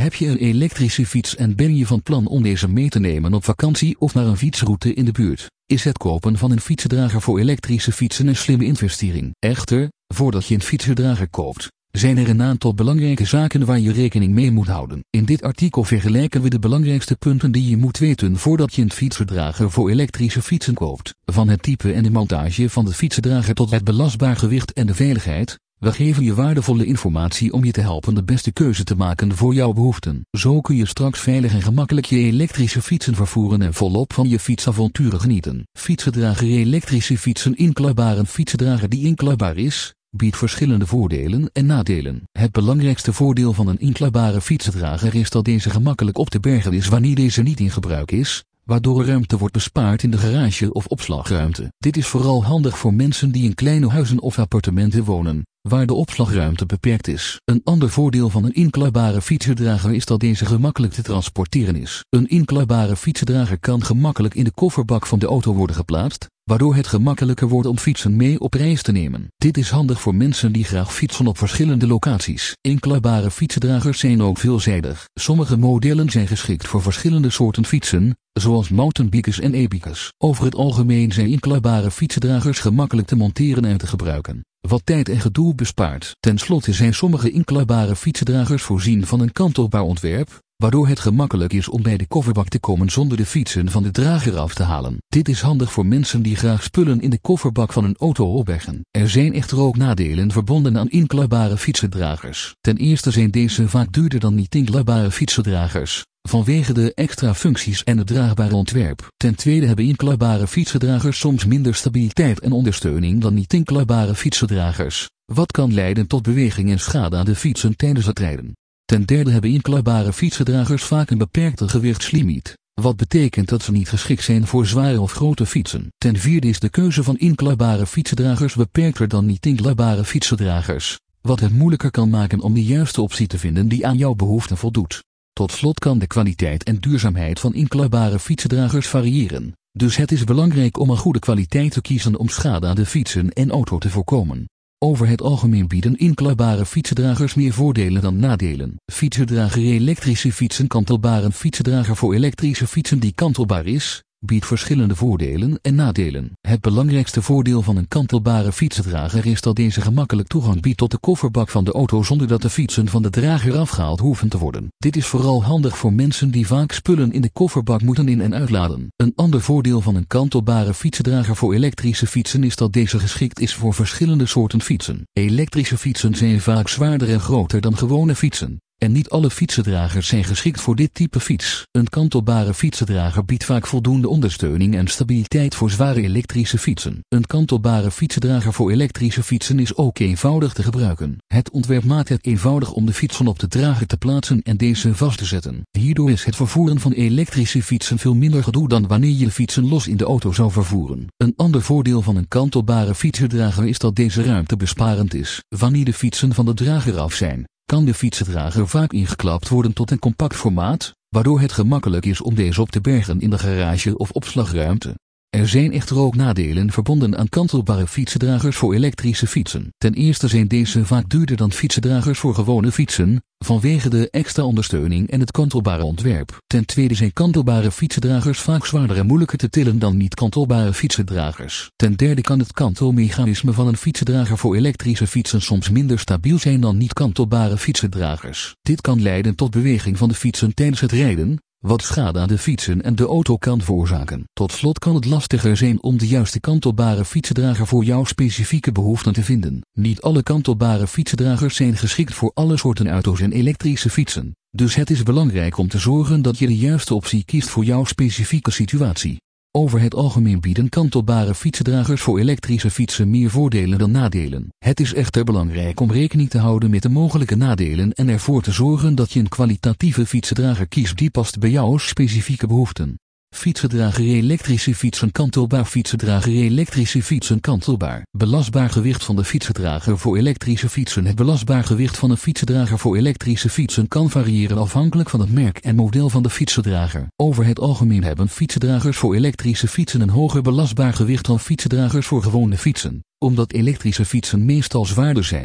Heb je een elektrische fiets en ben je van plan om deze mee te nemen op vakantie of naar een fietsroute in de buurt? Is het kopen van een fietsendrager voor elektrische fietsen een slimme investering? Echter, voordat je een fietsendrager koopt, zijn er een aantal belangrijke zaken waar je rekening mee moet houden. In dit artikel vergelijken we de belangrijkste punten die je moet weten voordat je een fietsendrager voor elektrische fietsen koopt. Van het type en de montage van de fietsendrager tot het belastbaar gewicht en de veiligheid. We geven je waardevolle informatie om je te helpen de beste keuze te maken voor jouw behoeften. Zo kun je straks veilig en gemakkelijk je elektrische fietsen vervoeren en volop van je fietsavonturen genieten. Fietsendrager elektrische fietsen. Inklapbare fietsendrager die inklapbaar is, biedt verschillende voordelen en nadelen. Het belangrijkste voordeel van een inklapbare fietsendrager is dat deze gemakkelijk op te bergen is wanneer deze niet in gebruik is, waardoor ruimte wordt bespaard in de garage of opslagruimte. Dit is vooral handig voor mensen die in kleine huizen of appartementen wonen, waar de opslagruimte beperkt is. Een ander voordeel van een inklapbare fietsendrager is dat deze gemakkelijk te transporteren is. Een inklapbare fietsendrager kan gemakkelijk in de kofferbak van de auto worden geplaatst, waardoor het gemakkelijker wordt om fietsen mee op reis te nemen. Dit is handig voor mensen die graag fietsen op verschillende locaties. Inklapbare fietsendragers zijn ook veelzijdig. Sommige modellen zijn geschikt voor verschillende soorten fietsen, zoals mountainbikes en e-bikes. Over het algemeen zijn inklapbare fietsendragers gemakkelijk te monteren en te gebruiken, wat tijd en gedoe bespaart. Ten slotte zijn sommige inklapbare fietsendragers voorzien van een kantelbaar ontwerp, waardoor het gemakkelijk is om bij de kofferbak te komen zonder de fietsen van de drager af te halen. Dit is handig voor mensen die graag spullen in de kofferbak van een auto opbergen. Er zijn echter ook nadelen verbonden aan inklapbare fietsendragers. Ten eerste zijn deze vaak duurder dan niet-inklapbare fietsendragers, vanwege de extra functies en het draagbare ontwerp. Ten tweede hebben inklapbare fietsendragers soms minder stabiliteit en ondersteuning dan niet-inklapbare fietsendragers, wat kan leiden tot beweging en schade aan de fietsen tijdens het rijden. Ten derde hebben inklapbare fietsendragers vaak een beperkte gewichtslimiet, wat betekent dat ze niet geschikt zijn voor zware of grote fietsen. Ten vierde is de keuze van inklapbare fietsendragers beperkter dan niet-inklapbare fietsendragers, wat het moeilijker kan maken om de juiste optie te vinden die aan jouw behoeften voldoet. Tot slot kan de kwaliteit en duurzaamheid van inklapbare fietsendragers variëren, dus het is belangrijk om een goede kwaliteit te kiezen om schade aan de fietsen en auto te voorkomen. Over het algemeen bieden inklapbare fietsendragers meer voordelen dan nadelen. Fietsendrager elektrische fietsen. Kantelbare fietsendrager voor elektrische fietsen die kantelbaar is, biedt verschillende voordelen en nadelen. Het belangrijkste voordeel van een kantelbare fietsendrager is dat deze gemakkelijk toegang biedt tot de kofferbak van de auto zonder dat de fietsen van de drager afgehaald hoeven te worden. Dit is vooral handig voor mensen die vaak spullen in de kofferbak moeten in- en uitladen. Een ander voordeel van een kantelbare fietsendrager voor elektrische fietsen is dat deze geschikt is voor verschillende soorten fietsen. Elektrische fietsen zijn vaak zwaarder en groter dan gewone fietsen, en niet alle fietsendragers zijn geschikt voor dit type fiets. Een kantelbare fietsendrager biedt vaak voldoende ondersteuning en stabiliteit voor zware elektrische fietsen. Een kantelbare fietsendrager voor elektrische fietsen is ook eenvoudig te gebruiken. Het ontwerp maakt het eenvoudig om de fietsen op de drager te plaatsen en deze vast te zetten. Hierdoor is het vervoeren van elektrische fietsen veel minder gedoe dan wanneer je de fietsen los in de auto zou vervoeren. Een ander voordeel van een kantelbare fietsendrager is dat deze ruimtebesparend is. Wanneer de fietsen van de drager af zijn, kan de fietsendrager vaak ingeklapt worden tot een compact formaat, waardoor het gemakkelijk is om deze op te bergen in de garage of opslagruimte. Er zijn echter ook nadelen verbonden aan kantelbare fietsendragers voor elektrische fietsen. Ten eerste zijn deze vaak duurder dan fietsendragers voor gewone fietsen, vanwege de extra ondersteuning en het kantelbare ontwerp. Ten tweede zijn kantelbare fietsendragers vaak zwaarder en moeilijker te tillen dan niet-kantelbare fietsendragers. Ten derde kan het kantelmechanisme van een fietsendrager voor elektrische fietsen soms minder stabiel zijn dan niet-kantelbare fietsendragers. Dit kan leiden tot beweging van de fietsen tijdens het rijden, wat schade aan de fietsen en de auto kan veroorzaken. Tot slot kan het lastiger zijn om de juiste kantelbare fietsendrager voor jouw specifieke behoeften te vinden. Niet alle kantelbare fietsendragers zijn geschikt voor alle soorten auto's en elektrische fietsen, dus het is belangrijk om te zorgen dat je de juiste optie kiest voor jouw specifieke situatie. Over het algemeen bieden kantelbare fietsendragers voor elektrische fietsen meer voordelen dan nadelen. Het is echter belangrijk om rekening te houden met de mogelijke nadelen en ervoor te zorgen dat je een kwalitatieve fietsendrager kiest die past bij jouw specifieke behoeften. Fietsendrager elektrische fietsen. Kantelbaar fietsendrager elektrische fietsen. Kantelbaar. Belastbaar gewicht van de fietsendrager voor elektrische fietsen. Het belastbaar gewicht van een fietsendrager voor elektrische fietsen kan variëren afhankelijk van het merk en model van de fietsendrager. Over het algemeen hebben fietsendragers voor elektrische fietsen een hoger belastbaar gewicht dan fietsendragers voor gewone fietsen, omdat elektrische fietsen meestal zwaarder zijn.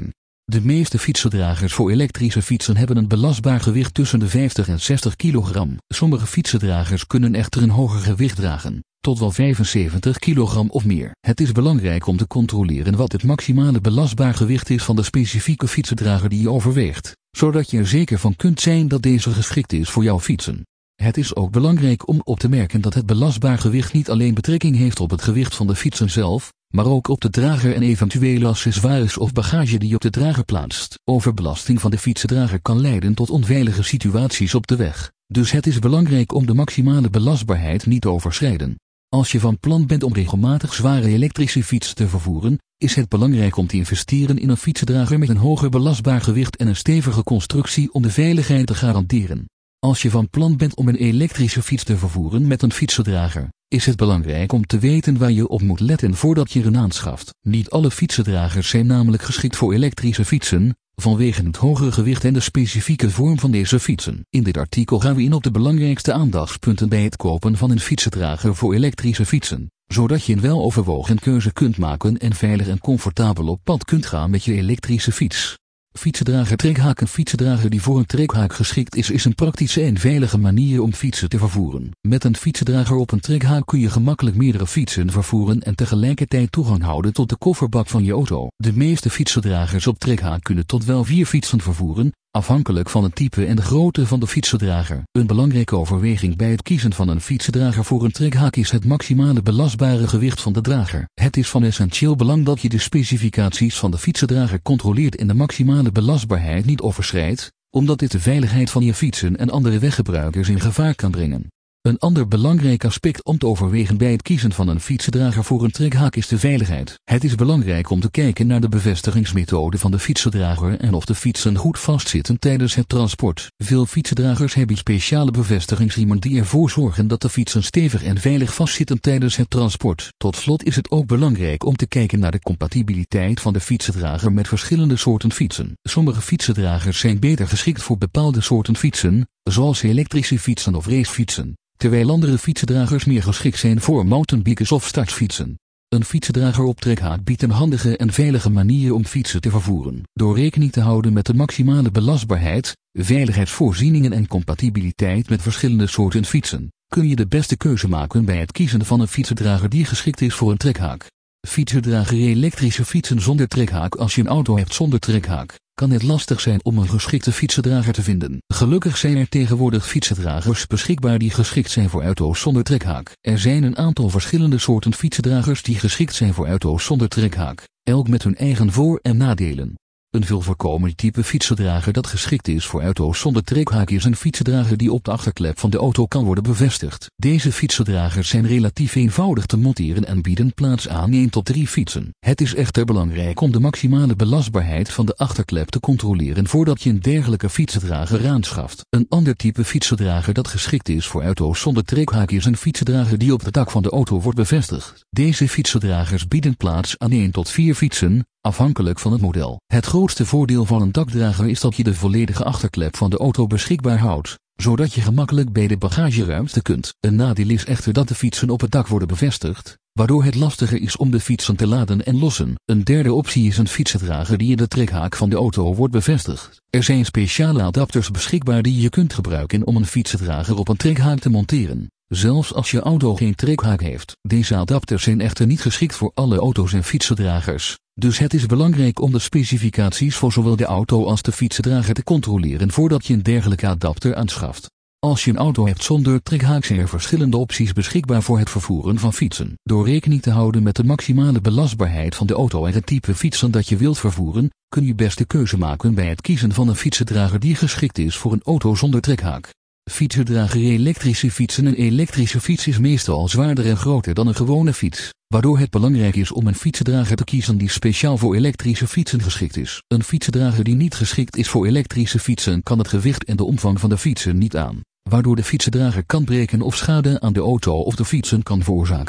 De meeste fietsendragers voor elektrische fietsen hebben een belastbaar gewicht tussen de 50 en 60 kilogram. Sommige fietsendragers kunnen echter een hoger gewicht dragen, tot wel 75 kilogram of meer. Het is belangrijk om te controleren wat het maximale belastbaar gewicht is van de specifieke fietsendrager die je overweegt, zodat je er zeker van kunt zijn dat deze geschikt is voor jouw fietsen. Het is ook belangrijk om op te merken dat het belastbaar gewicht niet alleen betrekking heeft op het gewicht van de fietsen zelf, maar ook op de drager en eventuele accessoires of bagage die je op de drager plaatst. Overbelasting van de fietsendrager kan leiden tot onveilige situaties op de weg, dus het is belangrijk om de maximale belastbaarheid niet te overschrijden. Als je van plan bent om regelmatig zware elektrische fietsen te vervoeren, is het belangrijk om te investeren in een fietsendrager met een hoger belastbaar gewicht en een stevige constructie om de veiligheid te garanderen. Als je van plan bent om een elektrische fiets te vervoeren met een fietsendrager, is het belangrijk om te weten waar je op moet letten voordat je een aanschaft. Niet alle fietsendragers zijn namelijk geschikt voor elektrische fietsen, vanwege het hogere gewicht en de specifieke vorm van deze fietsen. In dit artikel gaan we in op de belangrijkste aandachtspunten bij het kopen van een fietsendrager voor elektrische fietsen, zodat je een weloverwogen keuze kunt maken en veilig en comfortabel op pad kunt gaan met je elektrische fiets. Fietsendrager trekhaak. Een fietsendrager die voor een trekhaak geschikt is een praktische en veilige manier om fietsen te vervoeren. Met een fietsendrager op een trekhaak kun je gemakkelijk meerdere fietsen vervoeren en tegelijkertijd toegang houden tot de kofferbak van je auto. De meeste fietsendragers op trekhaak kunnen tot wel 4 fietsen vervoeren, afhankelijk van het type en de grootte van de fietsendrager. Een belangrijke overweging bij het kiezen van een fietsendrager voor een trekhaak is het maximale belastbare gewicht van de drager. Het is van essentieel belang dat je de specificaties van de fietsendrager controleert en de maximale belastbaarheid niet overschrijdt, omdat dit de veiligheid van je fietsen en andere weggebruikers in gevaar kan brengen. Een ander belangrijk aspect om te overwegen bij het kiezen van een fietsendrager voor een trekhaak is de veiligheid. Het is belangrijk om te kijken naar de bevestigingsmethode van de fietsendrager en of de fietsen goed vastzitten tijdens het transport. Veel fietsendragers hebben speciale bevestigingsriemen die ervoor zorgen dat de fietsen stevig en veilig vastzitten tijdens het transport. Tot slot is het ook belangrijk om te kijken naar de compatibiliteit van de fietsendrager met verschillende soorten fietsen. Sommige fietsendragers zijn beter geschikt voor bepaalde soorten fietsen, zoals elektrische fietsen of racefietsen, terwijl andere fietsendragers meer geschikt zijn voor mountainbikes of stadsfietsen. Een fietsendrager op trekhaak biedt een handige en veilige manier om fietsen te vervoeren. Door rekening te houden met de maximale belastbaarheid, veiligheidsvoorzieningen en compatibiliteit met verschillende soorten fietsen, kun je de beste keuze maken bij het kiezen van een fietsendrager die geschikt is voor een trekhaak. Fietsendrager elektrische fietsen zonder trekhaak. Als je een auto hebt zonder trekhaak, kan het lastig zijn om een geschikte fietsendrager te vinden. Gelukkig zijn er tegenwoordig fietsendragers beschikbaar die geschikt zijn voor auto's zonder trekhaak. Er zijn een aantal verschillende soorten fietsendragers die geschikt zijn voor auto's zonder trekhaak, elk met hun eigen voor- en nadelen. Een veel voorkomend type fietsendrager dat geschikt is voor auto's zonder trekhaak is een fietsendrager die op de achterklep van de auto kan worden bevestigd. Deze fietsendragers zijn relatief eenvoudig te monteren en bieden plaats aan 1 tot 3 fietsen. Het is echter belangrijk om de maximale belastbaarheid van de achterklep te controleren voordat je een dergelijke fietsendrager aanschaft. Een ander type fietsendrager dat geschikt is voor auto's zonder trekhaak is een fietsendrager die op het dak van de auto wordt bevestigd. Deze fietsendragers bieden plaats aan 1 tot 4 fietsen, afhankelijk van het model. Het grootste voordeel van een dakdrager is dat je de volledige achterklep van de auto beschikbaar houdt, zodat je gemakkelijk bij de bagageruimte kunt. Een nadeel is echter dat de fietsen op het dak worden bevestigd, waardoor het lastiger is om de fietsen te laden en lossen. Een derde optie is een fietsendrager die in de trekhaak van de auto wordt bevestigd. Er zijn speciale adapters beschikbaar die je kunt gebruiken om een fietsendrager op een trekhaak te monteren, zelfs als je auto geen trekhaak heeft. Deze adapters zijn echter niet geschikt voor alle auto's en fietsendragers, dus het is belangrijk om de specificaties voor zowel de auto als de fietsendrager te controleren voordat je een dergelijke adapter aanschaft. Als je een auto hebt zonder trekhaak zijn er verschillende opties beschikbaar voor het vervoeren van fietsen. Door rekening te houden met de maximale belastbaarheid van de auto en het type fietsen dat je wilt vervoeren, kun je best de keuze maken bij het kiezen van een fietsendrager die geschikt is voor een auto zonder trekhaak. Fietsendrager elektrische fietsen. Een elektrische fiets is meestal zwaarder en groter dan een gewone fiets, waardoor het belangrijk is om een fietsendrager te kiezen die speciaal voor elektrische fietsen geschikt is. Een fietsendrager die niet geschikt is voor elektrische fietsen kan het gewicht en de omvang van de fietsen niet aan, waardoor de fietsendrager kan breken of schade aan de auto of de fietsen kan veroorzaken.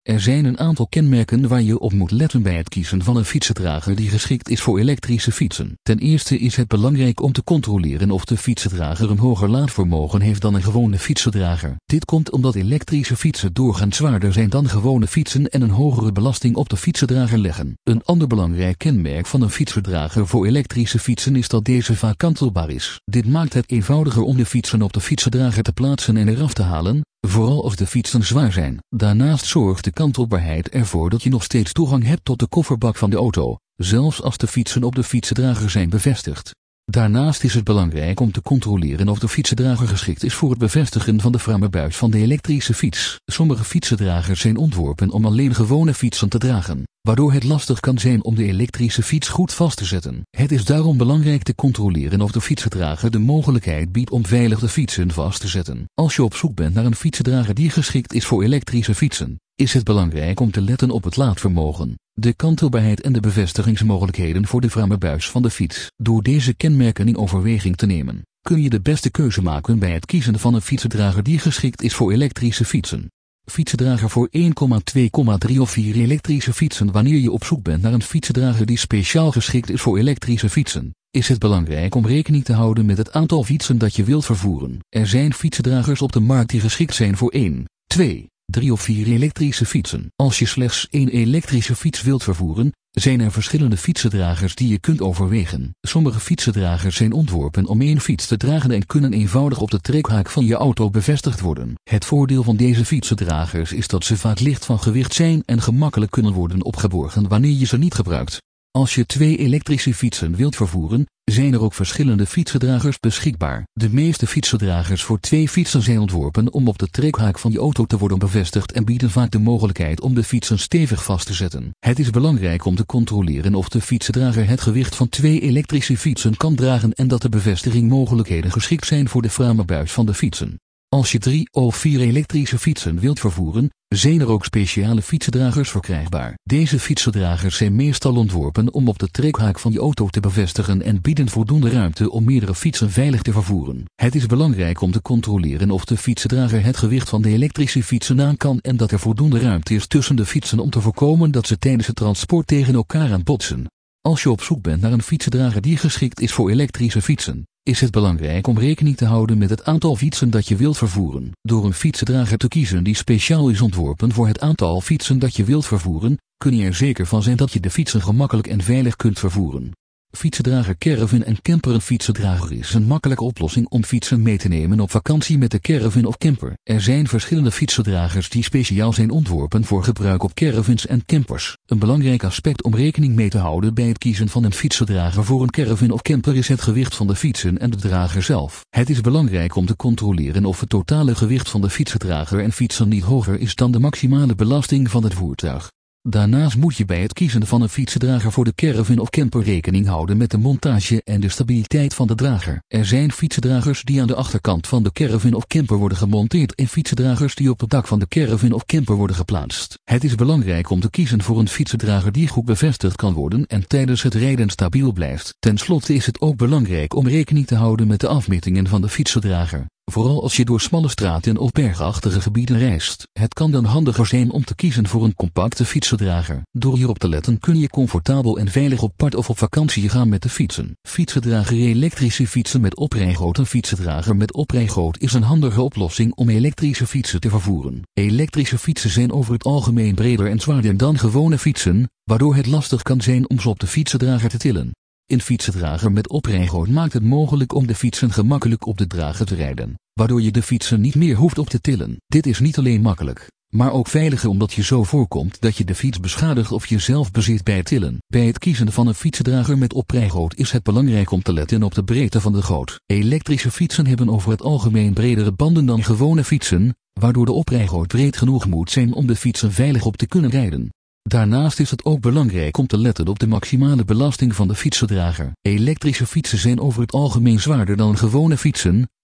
Er zijn een aantal kenmerken waar je op moet letten bij het kiezen van een fietsendrager die geschikt is voor elektrische fietsen. Ten eerste is het belangrijk om te controleren of de fietsendrager een hoger laadvermogen heeft dan een gewone fietsendrager. Dit komt omdat elektrische fietsen doorgaans zwaarder zijn dan gewone fietsen en een hogere belasting op de fietsendrager leggen. Een ander belangrijk kenmerk van een fietsendrager voor elektrische fietsen is dat deze vaak kantelbaar is. Dit maakt het eenvoudiger om de fietsen op de fietsendrager te plaatsen en eraf te halen, vooral als de fietsen zwaar zijn. Daarnaast zorgt de kantelbaarheid ervoor dat je nog steeds toegang hebt tot de kofferbak van de auto, zelfs als de fietsen op de fietsendrager zijn bevestigd. Daarnaast is het belangrijk om te controleren of de fietsendrager geschikt is voor het bevestigen van de framebuis van de elektrische fiets. Sommige fietsendragers zijn ontworpen om alleen gewone fietsen te dragen, waardoor het lastig kan zijn om de elektrische fiets goed vast te zetten. Het is daarom belangrijk te controleren of de fietsendrager de mogelijkheid biedt om veilig de fietsen vast te zetten. Als je op zoek bent naar een fietsendrager die geschikt is voor elektrische fietsen, is het belangrijk om te letten op het laadvermogen, de kantelbaarheid en de bevestigingsmogelijkheden voor de framebuis van de fiets. Door deze kenmerken in overweging te nemen, kun je de beste keuze maken bij het kiezen van een fietsendrager die geschikt is voor elektrische fietsen. Fietsendrager voor 1,2, 3 of 4 elektrische fietsen. Wanneer je op zoek bent naar een fietsendrager die speciaal geschikt is voor elektrische fietsen, is het belangrijk om rekening te houden met het aantal fietsen dat je wilt vervoeren. Er zijn fietsendragers op de markt die geschikt zijn voor 1, 2, 3 of 4 elektrische fietsen. Als je slechts 1 elektrische fiets wilt vervoeren, zijn er verschillende fietsendragers die je kunt overwegen. Sommige fietsendragers zijn ontworpen om 1 fiets te dragen en kunnen eenvoudig op de trekhaak van je auto bevestigd worden. Het voordeel van deze fietsendragers is dat ze vaak licht van gewicht zijn en gemakkelijk kunnen worden opgeborgen wanneer je ze niet gebruikt. Als je 2 elektrische fietsen wilt vervoeren, zijn er ook verschillende fietsendragers beschikbaar. De meeste fietsendragers voor 2 fietsen zijn ontworpen om op de trekhaak van je auto te worden bevestigd en bieden vaak de mogelijkheid om de fietsen stevig vast te zetten. Het is belangrijk om te controleren of de fietsendrager het gewicht van 2 elektrische fietsen kan dragen en dat de bevestigingmogelijkheden geschikt zijn voor de framebuis van de fietsen. Als je 3 of 4 elektrische fietsen wilt vervoeren, zijn er ook speciale fietsendragers verkrijgbaar. Deze fietsendragers zijn meestal ontworpen om op de trekhaak van je auto te bevestigen en bieden voldoende ruimte om meerdere fietsen veilig te vervoeren. Het is belangrijk om te controleren of de fietsendrager het gewicht van de elektrische fietsen aan kan en dat er voldoende ruimte is tussen de fietsen om te voorkomen dat ze tijdens het transport tegen elkaar aan botsen. Als je op zoek bent naar een fietsendrager die geschikt is voor elektrische fietsen, is het belangrijk om rekening te houden met het aantal fietsen dat je wilt vervoeren. Door een fietsendrager te kiezen die speciaal is ontworpen voor het aantal fietsen dat je wilt vervoeren, kun je er zeker van zijn dat je de fietsen gemakkelijk en veilig kunt vervoeren. Fietsendrager caravan en camper. Een fietsendrager is een makkelijke oplossing om fietsen mee te nemen op vakantie met de caravan of camper. Er zijn verschillende fietsendragers die speciaal zijn ontworpen voor gebruik op caravans en campers. Een belangrijk aspect om rekening mee te houden bij het kiezen van een fietsendrager voor een caravan of camper is het gewicht van de fietsen en de drager zelf. Het is belangrijk om te controleren of het totale gewicht van de fietsendrager en fietsen niet hoger is dan de maximale belasting van het voertuig. Daarnaast moet je bij het kiezen van een fietsendrager voor de caravan of camper rekening houden met de montage en de stabiliteit van de drager. Er zijn fietsendragers die aan de achterkant van de caravan of camper worden gemonteerd en fietsendragers die op het dak van de caravan of camper worden geplaatst. Het is belangrijk om te kiezen voor een fietsendrager die goed bevestigd kan worden en tijdens het rijden stabiel blijft. Ten slotte is het ook belangrijk om rekening te houden met de afmetingen van de fietsendrager. Vooral als je door smalle straten of bergachtige gebieden reist. Het kan dan handiger zijn om te kiezen voor een compacte fietsendrager. Door hierop te letten kun je comfortabel en veilig op pad of op vakantie gaan met de fietsen. Fietsendrager elektrische fietsen met oprijgoot. Een fietsendrager met oprijgoot is een handige oplossing om elektrische fietsen te vervoeren. Elektrische fietsen zijn over het algemeen breder en zwaarder dan gewone fietsen, waardoor het lastig kan zijn om ze op de fietsendrager te tillen. Een fietsendrager met oprijgoot maakt het mogelijk om de fietsen gemakkelijk op de drager te rijden, waardoor je de fietsen niet meer hoeft op te tillen. Dit is niet alleen makkelijk, maar ook veiliger omdat je zo voorkomt dat je de fiets beschadigt of jezelf bezit bij het tillen. Bij het kiezen van een fietsendrager met oprijgoot is het belangrijk om te letten op de breedte van de goot. Elektrische fietsen hebben over het algemeen bredere banden dan gewone fietsen, waardoor de oprijgoot breed genoeg moet zijn om de fietsen veilig op te kunnen rijden. Daarnaast is het ook belangrijk om te letten op de maximale belasting van de fietsendrager. Elektrische fietsen zijn over het algemeen zwaarder dan gewone fietsen,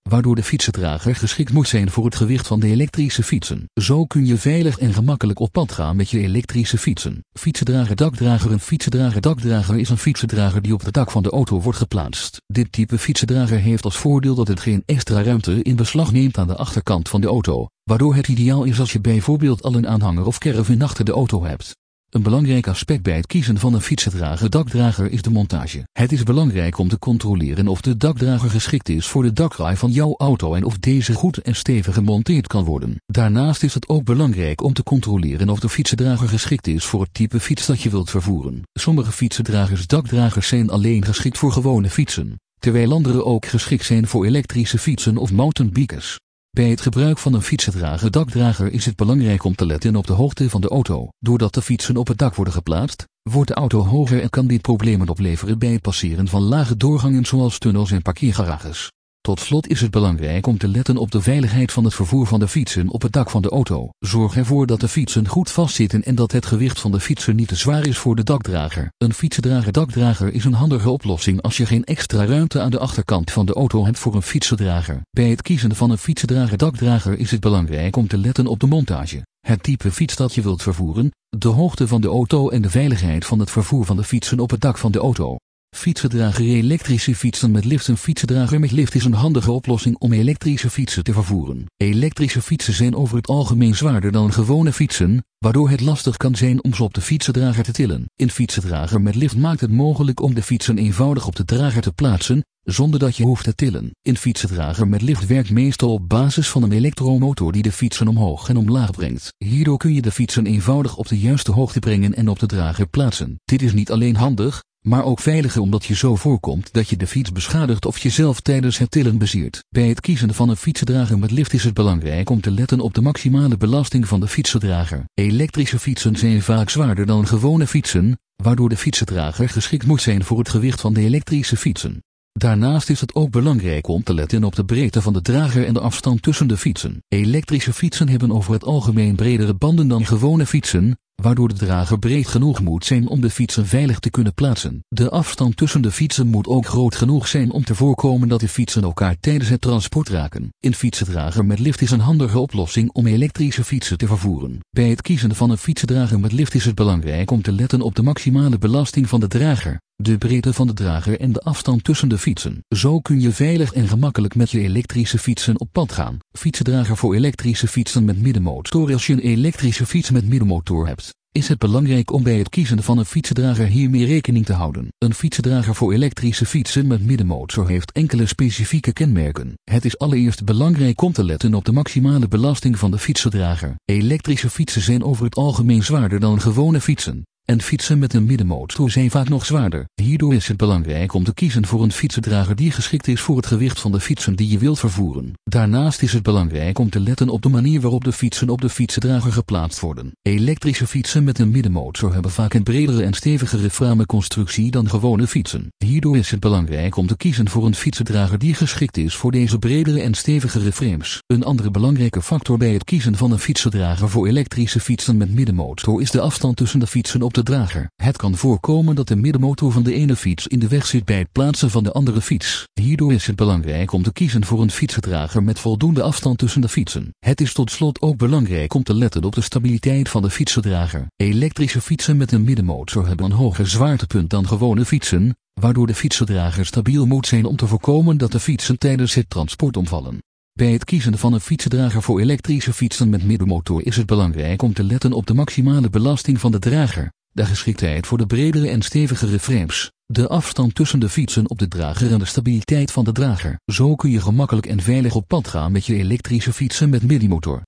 waardoor de fietsendrager geschikt moet zijn voor het gewicht van de elektrische fietsen. Zo kun je veilig en gemakkelijk op pad gaan met je elektrische fietsen. Fietsendrager dakdrager. Een fietsendrager dakdrager is een fietsendrager die op het dak van de auto wordt geplaatst. Dit type fietsendrager heeft als voordeel dat het geen extra ruimte in beslag neemt aan de achterkant van de auto, waardoor het ideaal is als je bijvoorbeeld al een aanhanger of caravan achter de auto hebt. Een belangrijk aspect bij het kiezen van een fietsendrager dakdrager is de montage. Het is belangrijk om te controleren of de dakdrager geschikt is voor de dakrij van jouw auto en of deze goed en stevig gemonteerd kan worden. Daarnaast is het ook belangrijk om te controleren of de fietsendrager geschikt is voor het type fiets dat je wilt vervoeren. Sommige fietsendragers dakdragers zijn alleen geschikt voor gewone fietsen, terwijl andere ook geschikt zijn voor elektrische fietsen of mountainbikers. Bij het gebruik van een fietsendrager dakdrager is het belangrijk om te letten op de hoogte van de auto. Doordat de fietsen op het dak worden geplaatst, wordt de auto hoger en kan dit problemen opleveren bij het passeren van lage doorgangen zoals tunnels en parkeergarages. Tot slot is het belangrijk om te letten op de veiligheid van het vervoer van de fietsen op het dak van de auto. Zorg ervoor dat de fietsen goed vastzitten en dat het gewicht van de fietsen niet te zwaar is voor de dakdrager. Een fietsendrager dakdrager is een handige oplossing als je geen extra ruimte aan de achterkant van de auto hebt voor een fietsendrager. Bij het kiezen van een fietsendrager dakdrager is het belangrijk om te letten op de montage, het type fiets dat je wilt vervoeren, de hoogte van de auto en de veiligheid van het vervoer van de fietsen op het dak van de auto. Fietsendrager elektrische fietsen met lift. Een fietsendrager met lift is een handige oplossing om elektrische fietsen te vervoeren. Elektrische fietsen zijn over het algemeen zwaarder dan gewone fietsen, waardoor het lastig kan zijn om ze op de fietsendrager te tillen. Een fietsendrager met lift maakt het mogelijk om de fietsen eenvoudig op de drager te plaatsen, zonder dat je hoeft te tillen. Een fietsendrager met lift werkt meestal op basis van een elektromotor die de fietsen omhoog en omlaag brengt. Hierdoor kun je de fietsen eenvoudig op de juiste hoogte brengen en op de drager plaatsen. Dit is niet alleen handig, maar ook veiliger omdat je zo voorkomt dat je de fiets beschadigt of jezelf tijdens het tillen beziert. Bij het kiezen van een fietsendrager met lift is het belangrijk om te letten op de maximale belasting van de fietsendrager. Elektrische fietsen zijn vaak zwaarder dan gewone fietsen, waardoor de fietsendrager geschikt moet zijn voor het gewicht van de elektrische fietsen. Daarnaast is het ook belangrijk om te letten op de breedte van de drager en de afstand tussen de fietsen. Elektrische fietsen hebben over het algemeen bredere banden dan gewone fietsen, waardoor de drager breed genoeg moet zijn om de fietsen veilig te kunnen plaatsen. De afstand tussen de fietsen moet ook groot genoeg zijn om te voorkomen dat de fietsen elkaar tijdens het transport raken. Een fietsendrager met lift is een handige oplossing om elektrische fietsen te vervoeren. Bij het kiezen van een fietsendrager met lift is het belangrijk om te letten op de maximale belasting van de drager, de breedte van de drager en de afstand tussen de fietsen. Zo kun je veilig en gemakkelijk met je elektrische fietsen op pad gaan. Fietsendrager voor elektrische fietsen met middenmotor. Als je een elektrische fiets met middenmotor hebt, is het belangrijk om bij het kiezen van een fietsendrager hiermee rekening te houden. Een fietsendrager voor elektrische fietsen met middenmotor heeft enkele specifieke kenmerken. Het is allereerst belangrijk om te letten op de maximale belasting van de fietsendrager. Elektrische fietsen zijn over het algemeen zwaarder dan gewone fietsen, en fietsen met een middenmotor zijn vaak nog zwaarder. Hierdoor is het belangrijk om te kiezen voor een fietsendrager die geschikt is voor het gewicht van de fietsen die je wilt vervoeren. Daarnaast is het belangrijk om te letten op de manier waarop de fietsen op de fietsendrager geplaatst worden. Elektrische fietsen met een middenmotor hebben vaak een bredere en stevigere framenconstructie dan gewone fietsen. Hierdoor is het belangrijk om te kiezen voor een fietsendrager die geschikt is voor deze bredere en stevigere frames. Een andere belangrijke factor bij het kiezen van een fietsendrager voor elektrische fietsen met middenmotor is de afstand tussen de fietsen op de drager. Het kan voorkomen dat de middenmotor van de ene fiets in de weg zit bij het plaatsen van de andere fiets. Hierdoor is het belangrijk om te kiezen voor een fietsendrager met voldoende afstand tussen de fietsen. Het is tot slot ook belangrijk om te letten op de stabiliteit van de fietsendrager. Elektrische fietsen met een middenmotor hebben een hoger zwaartepunt dan gewone fietsen, waardoor de fietsendrager stabiel moet zijn om te voorkomen dat de fietsen tijdens het transport omvallen. Bij het kiezen van een fietsendrager voor elektrische fietsen met middenmotor is het belangrijk om te letten op de maximale belasting van de drager, de geschiktheid voor de bredere en stevigere frames, de afstand tussen de fietsen op de drager en de stabiliteit van de drager. Zo kun je gemakkelijk en veilig op pad gaan met je elektrische fietsen met middenmotor.